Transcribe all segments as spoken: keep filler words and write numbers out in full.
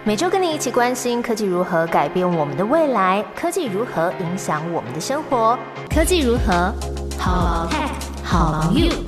每周跟你一起关心科技如何改变我们的未来，科技如何影响我们的生活，科技如何好 Tech 好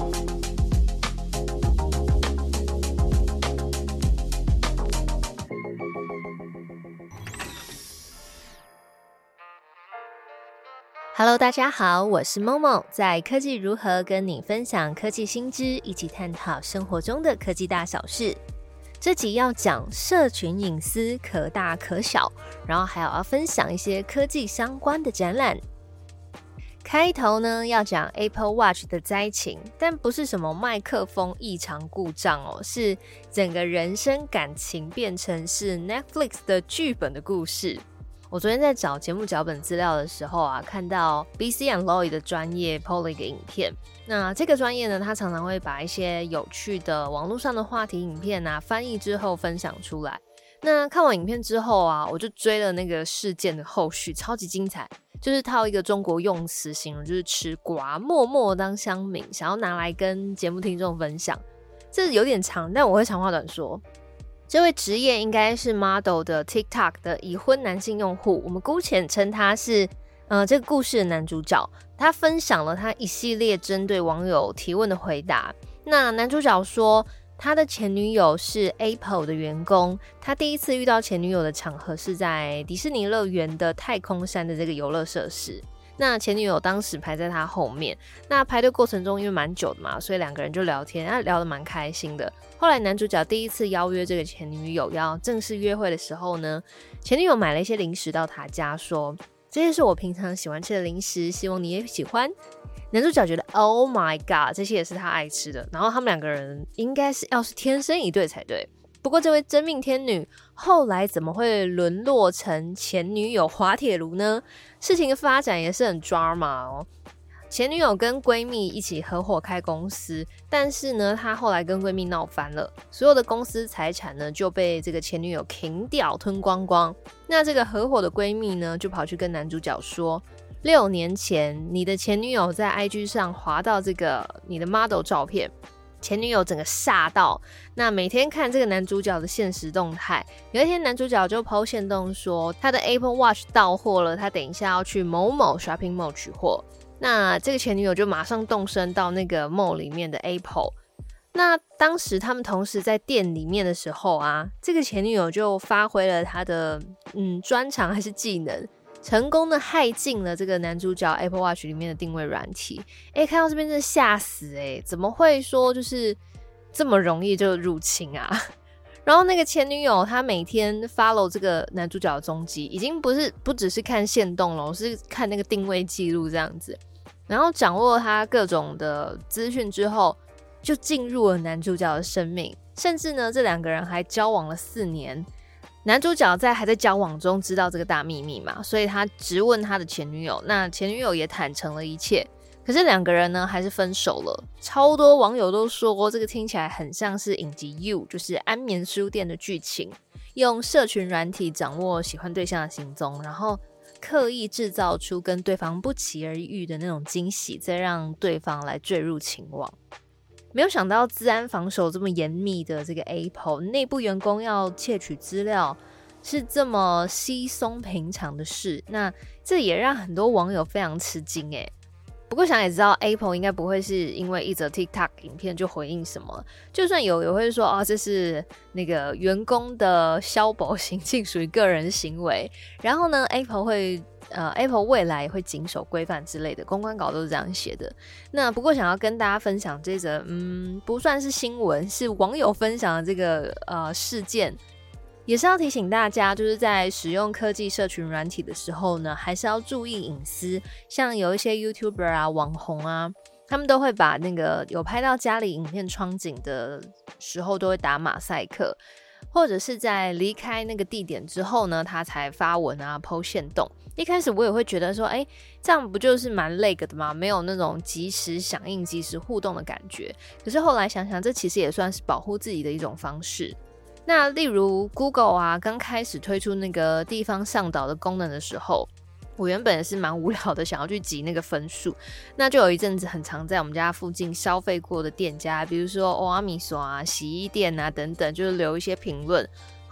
You。Hello， 大家好，我是 Momo， 在科技如何跟你分享科技新知，一起探讨生活中的科技大小事。这集要讲社群隐私可大可小，然后还有要分享一些科技相关的展览。开头呢要讲 Apple Watch 的灾情，但不是什么麦克风异常故障哦，是整个人生感情变成是 Netflix 的剧本的故事。我昨天在找节目脚本资料的时候啊，看到 B C and Lloyd 的专业 po 了一个影片。那这个专业呢，他常常会把一些有趣的网络上的话题影片啊，翻译之后分享出来。那看完影片之后啊，我就追了那个事件的后续，超级精彩。就是套一个中国用词形容，就是吃瓜，默默当乡民，想要拿来跟节目听众分享。这有点长，但我会长话短说。这位职业应该是 model 的 TikTok 的已婚男性用户，我们姑且称他是呃这个故事的男主角。他分享了他一系列针对网友提问的回答。那男主角说，他的前女友是 Apple 的员工，他第一次遇到前女友的场合是在迪士尼乐园的太空山的这个游乐设施。那前女友当时排在他后面，那排队过程中因为蛮久的嘛，所以两个人就聊天，他聊得蛮开心的。后来男主角第一次邀约这个前女友要正式约会的时候呢，前女友买了一些零食到他家，说这些是我平常喜欢吃的零食，希望你也喜欢。男主角觉得 Oh my god， 这些也是他爱吃的，然后他们两个人应该是要是天生一对才对。不过这位真命天女后来怎么会沦落成前女友滑铁卢呢？事情的发展也是很 drama 哦。前女友跟闺蜜一起合伙开公司，但是呢她后来跟闺蜜闹翻了，所有的公司财产呢就被这个前女友停掉吞光光。那这个合伙的闺蜜呢就跑去跟男主角说，六年前你的前女友在 I G 上滑到这个你的 model 照片，前女友整个吓到，那每天看这个男主角的现实动态。有一天男主角就 po 限动说他的 Apple Watch 到货了，他等一下要去某某 shopping mall 取货。那这个前女友就马上动身到那个 mall 里面的 Apple。那当时他们同时在店里面的时候啊，这个前女友就发挥了他的嗯专长还是技能，成功的害进了这个男主角 Apple Watch 里面的定位软体。诶，看到这边真的吓死诶，怎么会说就是这么容易就入侵啊？然后那个前女友她每天 follow 这个男主角的踪迹，已经不是不只是看限动了，是看那个定位记录这样子。然后掌握他各种的资讯之后，就进入了男主角的生命，甚至呢这两个人还交往了四年。男主角在还在交往中知道这个大秘密嘛，所以他直问他的前女友，那前女友也坦诚了一切。可是两个人呢还是分手了。超多网友都说这个听起来很像是影集 You， 就是安眠书店的剧情，用社群软体掌握喜欢对象的行踪，然后刻意制造出跟对方不期而遇的那种惊喜，再让对方来坠入情网。没有想到资安防守这么严密的这个 Apple 内部员工要窃取资料是这么稀松平常的事，那这也让很多网友非常吃惊耶。不过想也知道 Apple 应该不会是因为一则 TikTok 影片就回应什么，就算有也会说哦，这是那个员工的消保行径，属于个人行为。然后呢 Apple 会呃 Apple 未来也会谨守规范之类的，公关稿都是这样写的。那不过想要跟大家分享这则嗯不算是新闻，是网友分享的这个呃事件，也是要提醒大家，就是在使用科技社群软体的时候呢，还是要注意隐私。像有一些 YouTuber 啊、网红啊，他们都会把那个有拍到家里影片窗景的时候都会打马赛克，或者是在离开那个地点之后呢，他才发文啊 po 限动。一开始我也会觉得说，哎，这样不就是蛮累的吗？没有那种及时响应、及时互动的感觉。可是后来想想，这其实也算是保护自己的一种方式。那例如 Google 啊，刚开始推出那个地方向导的功能的时候，我原本也是蛮无聊的，想要去集那个分数。那就有一阵子很常在我们家附近消费过的店家，比如说欧阿米索啊、洗衣店啊等等，就是留一些评论。后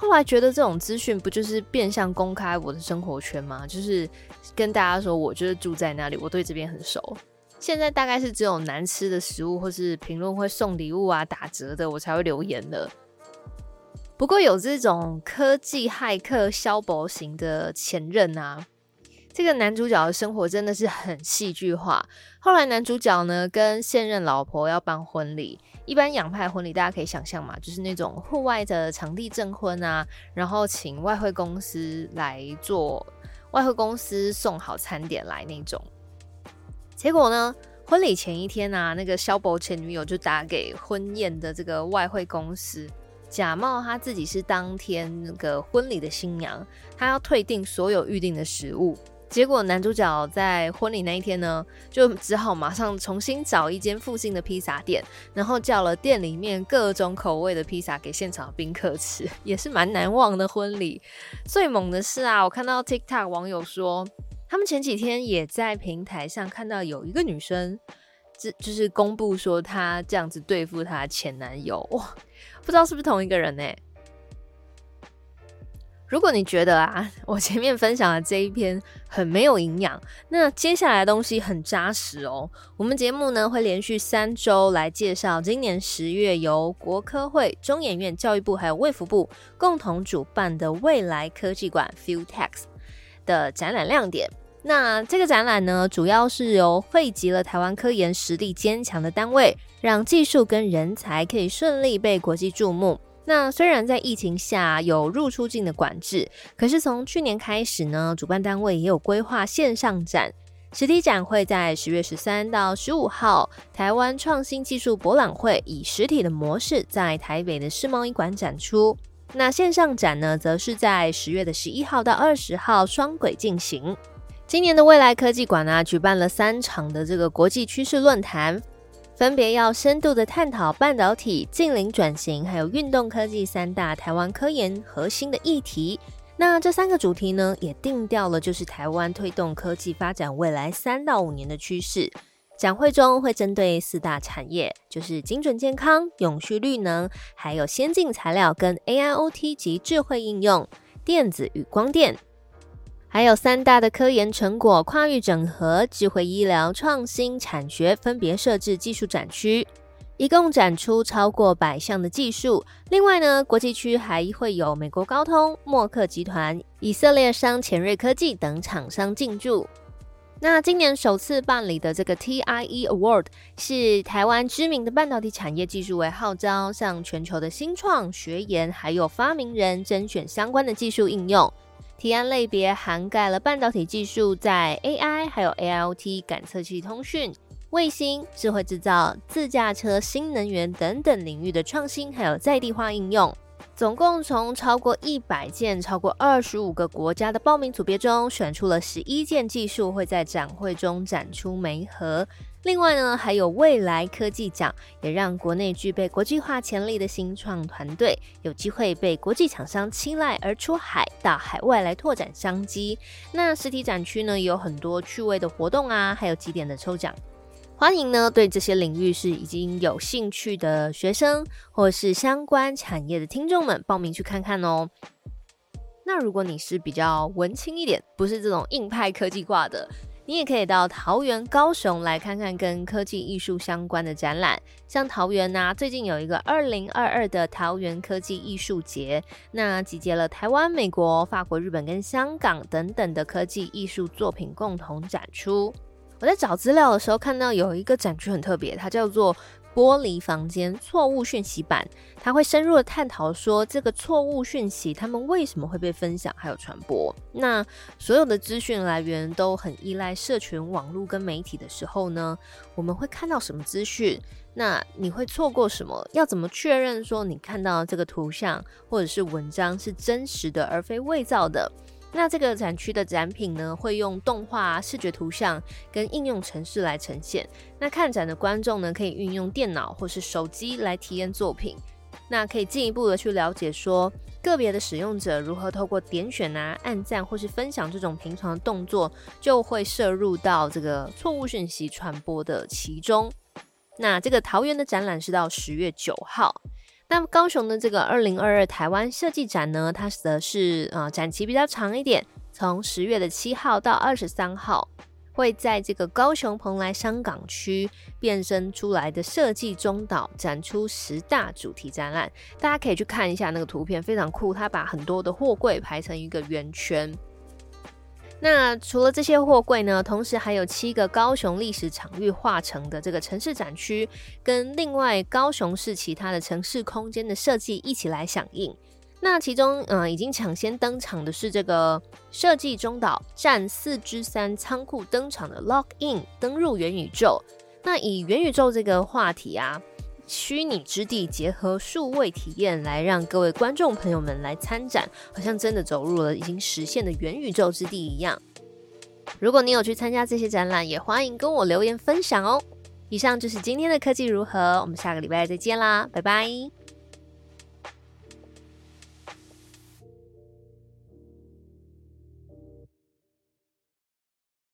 后来觉得这种资讯不就是变相公开我的生活圈吗？就是跟大家说我就是住在那里，我对这边很熟。现在大概是只有难吃的食物或是评论会送礼物啊、打折的我才会留言的。不过有这种科技骇客消薄型的前任啊，这个男主角的生活真的是很戏剧化。后来男主角呢跟现任老婆要办婚礼，一般洋派婚礼大家可以想象嘛，就是那种户外的场地证婚啊，然后请外汇公司来做，外汇公司送好餐点来那种。结果呢，婚礼前一天啊，那个萧伯前女友就打给婚宴的这个外汇公司，假冒他自己是当天那个婚礼的新娘，他要退订所有预定的食物。结果男主角在婚礼那一天呢，就只好马上重新找一间附近的披萨店，然后叫了店里面各种口味的披萨给现场的宾客吃，也是蛮难忘的婚礼。最猛的是啊，我看到 TikTok 网友说，他们前几天也在平台上看到有一个女生，就是公布说她这样子对付她前男友，哇，不知道是不是同一个人欸。如果你觉得啊，我前面分享的这一篇很没有营养，那接下来的东西很扎实哦。我们节目呢会连续三周来介绍今年十月由国科会、中研院、教育部还有卫福部共同主办的未来科技馆 FuelTech 的展览亮点。那这个展览呢，主要是由汇集了台湾科研实力坚强的单位，让技术跟人才可以顺利被国际注目。那虽然在疫情下有入出境的管制，可是从去年开始呢，主办单位也有规划线上展，实体展会在十月十三到十五号台湾创新技术博览会以实体的模式在台北的世贸一馆展出。那线上展呢，则是在十月的十一号到二十号双轨进行。今年的未来科技馆啊，举办了三场的这个国际趋势论坛，分别要深度的探讨半导体、近零转型还有运动科技三大台湾科研核心的议题。那这三个主题呢，也定调了就是台湾推动科技发展未来三到五年的趋势。展会中会针对四大产业，就是精准健康、永续绿能，还有先进材料跟 A I O T 及智慧应用、电子与光电，还有三大的科研成果跨域整合、智慧医疗、创新产学分别设置技术展区，一共展出超过百项的技术。另外呢，国际区还会有美国高通、默克集团、以色列商前锐科技等厂商进驻。那今年首次办理的这个 T I E Award 是台湾知名的半导体产业技术为号召，向全球的新创、学研还有发明人甄选相关的技术应用。提案类别涵盖了半导体技术在 A I 还有 A I O T 感测器通讯、卫星、智慧制造、自驾车、新能源等等领域的创新还有在地化应用。总共从超过一百件、超过二十五个国家的报名组别中选出了十一件技术会在展会中展出媒合。另外呢，还有未来科技奖，也让国内具备国际化潜力的新创团队有机会被国际厂商青睐而出海到海外来拓展商机。那实体展区呢，也有很多趣味的活动啊，还有几点的抽奖。欢迎呢对这些领域是已经有兴趣的学生或是相关产业的听众们报名去看看哦。那如果你是比较文青一点，不是这种硬派科技挂的，你也可以到桃园、高雄来看看跟科技艺术相关的展览。像桃园啊，最近有一个二零二二的桃园科技艺术节，那集结了台湾、美国、法国、日本跟香港等等的科技艺术作品共同展出。我在找资料的时候看到有一个展区很特别，它叫做玻璃房间错误讯息版，它会深入的探讨说这个错误讯息它们为什么会被分享还有传播。那所有的资讯来源都很依赖社群网络跟媒体的时候呢，我们会看到什么资讯，那你会错过什么，要怎么确认说你看到这个图像或者是文章是真实的而非伪造的。那这个展区的展品呢，会用动画、视觉图像跟应用程式来呈现。那看展的观众呢，可以运用电脑或是手机来体验作品。那可以进一步的去了解说，个别的使用者如何透过点选啊、按赞或是分享这种平常的动作，就会摄入到这个错误讯息传播的其中。那这个桃园的展览是到十月九号。 那高雄的这个二零二二台湾设计展呢，它则是呃展期比较长一点，从十月的七号到二十三号，会在这个高雄蓬莱香港区变身出来的设计中岛展出十大主题展览。大家可以去看一下那个图片，非常酷，它把很多的货柜排成一个圆圈。那除了这些货柜呢，同时还有七个高雄历史场域化成的这个城市展区，跟另外高雄市其他的城市空间的设计一起来响应。那其中呃已经抢先登场的是这个设计中岛站四之三仓库登场的 Log In 登入元宇宙。那以元宇宙这个话题啊，虚拟之地结合数位体验，来让各位观众朋友们来参展，好像真的走入了已经实现的元宇宙之地一样。如果你有去参加这些展览，也欢迎跟我留言分享哦。以上就是今天的科技如何，我们下个礼拜再见啦，拜拜。